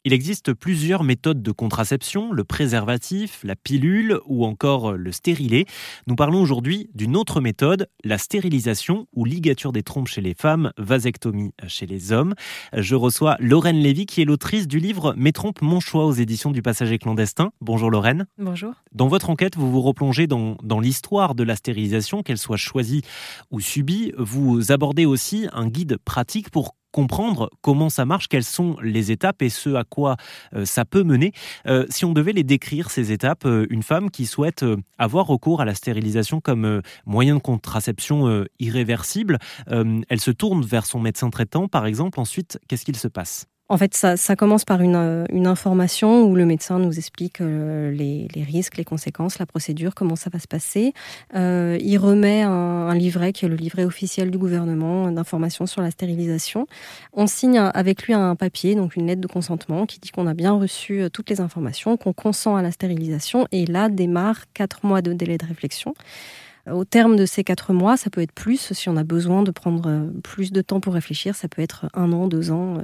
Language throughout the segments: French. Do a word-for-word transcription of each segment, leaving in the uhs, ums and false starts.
Il existe plusieurs méthodes de contraception, le préservatif, la pilule ou encore le stérilet. Nous parlons aujourd'hui d'une autre méthode, la stérilisation ou ligature des trompes chez les femmes, vasectomie chez les hommes. Je reçois Lorraine Lévy qui est l'autrice du livre « Mes trompes, mon choix » aux éditions du Passager clandestin. Bonjour Lorraine. Bonjour. Dans votre enquête, vous vous replongez dans, dans l'histoire de la stérilisation, qu'elle soit choisie ou subie. Vous abordez aussi un guide pratique pour comprendre comment ça marche, quelles sont les étapes et ce à quoi euh, ça peut mener. Euh, si on devait les décrire, ces étapes, euh, une femme qui souhaite euh, avoir recours à la stérilisation comme euh, moyen de contraception euh, irréversible, euh, elle se tourne vers son médecin traitant, par exemple. Ensuite, qu'est-ce qu'il se passe ? En fait, ça, ça commence par une, une information où le médecin nous explique euh, les, les risques, les conséquences, la procédure, comment ça va se passer. Euh, il remet un, un livret qui est le livret officiel du gouvernement d'informations sur la stérilisation. On signe avec lui un papier, donc une lettre de consentement qui dit qu'on a bien reçu toutes les informations, qu'on consent à la stérilisation et là démarre quatre mois de délai de réflexion. Au terme de ces quatre mois, ça peut être plus, si on a besoin de prendre plus de temps pour réfléchir, ça peut être un an, deux ans.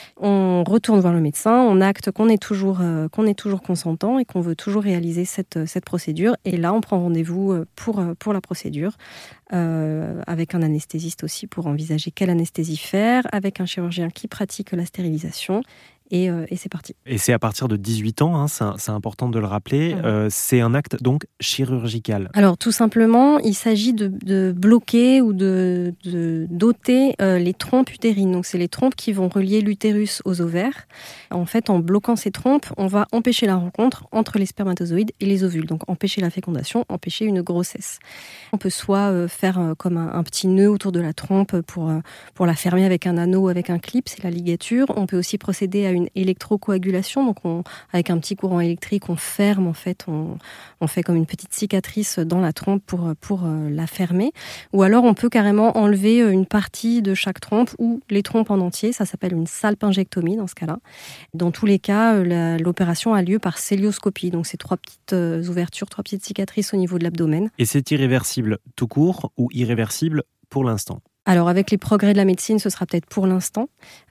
On retourne voir le médecin, on acte qu'on est toujours, qu'on est toujours consentant et qu'on veut toujours réaliser cette, cette procédure. Et là, on prend rendez-vous pour, pour la procédure, euh, avec un anesthésiste aussi pour envisager quelle anesthésie faire, avec un chirurgien qui pratique la stérilisation. Et, euh, et c'est parti. Et c'est à partir de dix-huit ans, hein, c'est, c'est important de le rappeler, mmh. euh, c'est un acte donc chirurgical. Alors tout simplement, il s'agit de, de bloquer ou de, de d'ôter euh, les trompes utérines. Donc c'est les trompes qui vont relier l'utérus aux ovaires. En fait, en bloquant ces trompes, on va empêcher la rencontre entre les spermatozoïdes et les ovules. Donc empêcher la fécondation, empêcher une grossesse. On peut soit euh, faire euh, comme un, un petit nœud autour de la trompe pour, euh, pour la fermer avec un anneau ou avec un clip, c'est la ligature. On peut aussi procéder à une électrocoagulation, donc on, avec un petit courant électrique, on ferme en fait, on, on fait comme une petite cicatrice dans la trompe pour, pour euh, la fermer. Ou alors on peut carrément enlever une partie de chaque trompe ou les trompes en entier, ça s'appelle une salpingectomie dans ce cas-là. Dans tous les cas, la, l'opération a lieu par célioscopie, donc c'est trois petites euh, ouvertures, trois petites cicatrices au niveau de l'abdomen. Et c'est irréversible tout court ou irréversible pour l'instant ? Alors avec les progrès de la médecine, ce sera peut-être pour l'instant.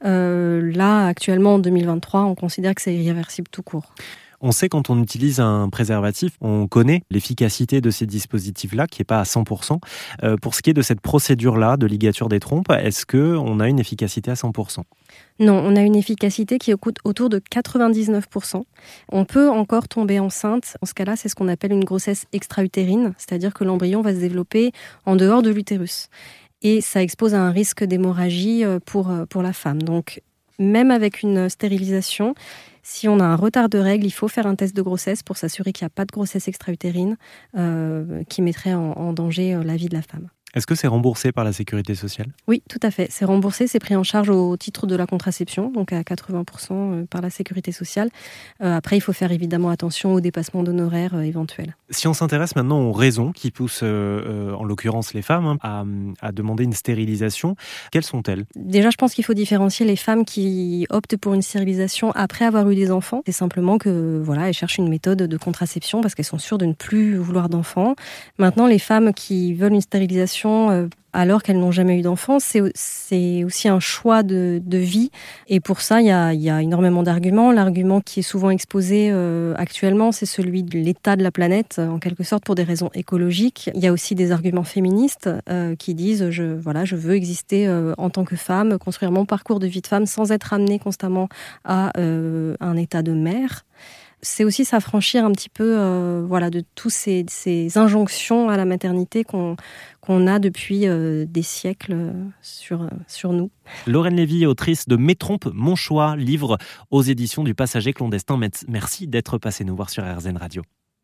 Euh, là, actuellement, en deux mille vingt-trois, on considère que c'est irréversible tout court. On sait quand on utilise un préservatif, on connaît l'efficacité de ces dispositifs-là, qui n'est pas à cent pour cent. Euh, pour ce qui est de cette procédure-là, de ligature des trompes, est-ce qu'on a une efficacité à cent pour cent ? Non, on a une efficacité qui est autour de quatre-vingt-dix-neuf pour cent. On peut encore tomber enceinte. En ce cas-là, c'est ce qu'on appelle une grossesse extra-utérine, c'est-à-dire que l'embryon va se développer en dehors de l'utérus. Et ça expose à un risque d'hémorragie pour, pour la femme. Donc, même avec une stérilisation, si on a un retard de règles, il faut faire un test de grossesse pour s'assurer qu'il n'y a pas de grossesse extra-utérine euh, qui mettrait en, en danger la vie de la femme. Est-ce que c'est remboursé par la Sécurité sociale ? Oui, tout à fait. C'est remboursé, c'est pris en charge au titre de la contraception, donc à quatre-vingts pour cent par la Sécurité sociale. Euh, après, il faut faire évidemment attention aux dépassements d'honoraires euh, éventuels. Si on s'intéresse maintenant aux raisons qui poussent, euh, en l'occurrence les femmes, hein, à, à demander une stérilisation, quelles sont-elles ? Déjà, je pense qu'il faut différencier les femmes qui optent pour une stérilisation après avoir eu des enfants. C'est simplement que voilà, elles cherchent une méthode de contraception parce qu'elles sont sûres de ne plus vouloir d'enfants. Maintenant, les femmes qui veulent une stérilisation alors qu'elles n'ont jamais eu d'enfants, c'est, c'est aussi un choix de, de vie. Et pour ça, il y a, il y a énormément d'arguments. L'argument qui est souvent exposé euh, actuellement, c'est celui de l'état de la planète, en quelque sorte pour des raisons écologiques. Il y a aussi des arguments féministes euh, qui disent je, voilà, je veux exister euh, en tant que femme, construire mon parcours de vie de femme sans être amenée constamment à euh, un état de mère. C'est aussi s'affranchir un petit peu euh, voilà, de toutes ces, ces injonctions à la maternité qu'on, qu'on a depuis euh, des siècles sur, sur nous. Lorraine Lévy, autrice de Mes trompes, mon choix, livre aux éditions du Passager clandestin. Merci d'être passée nous voir sur R Z N Radio.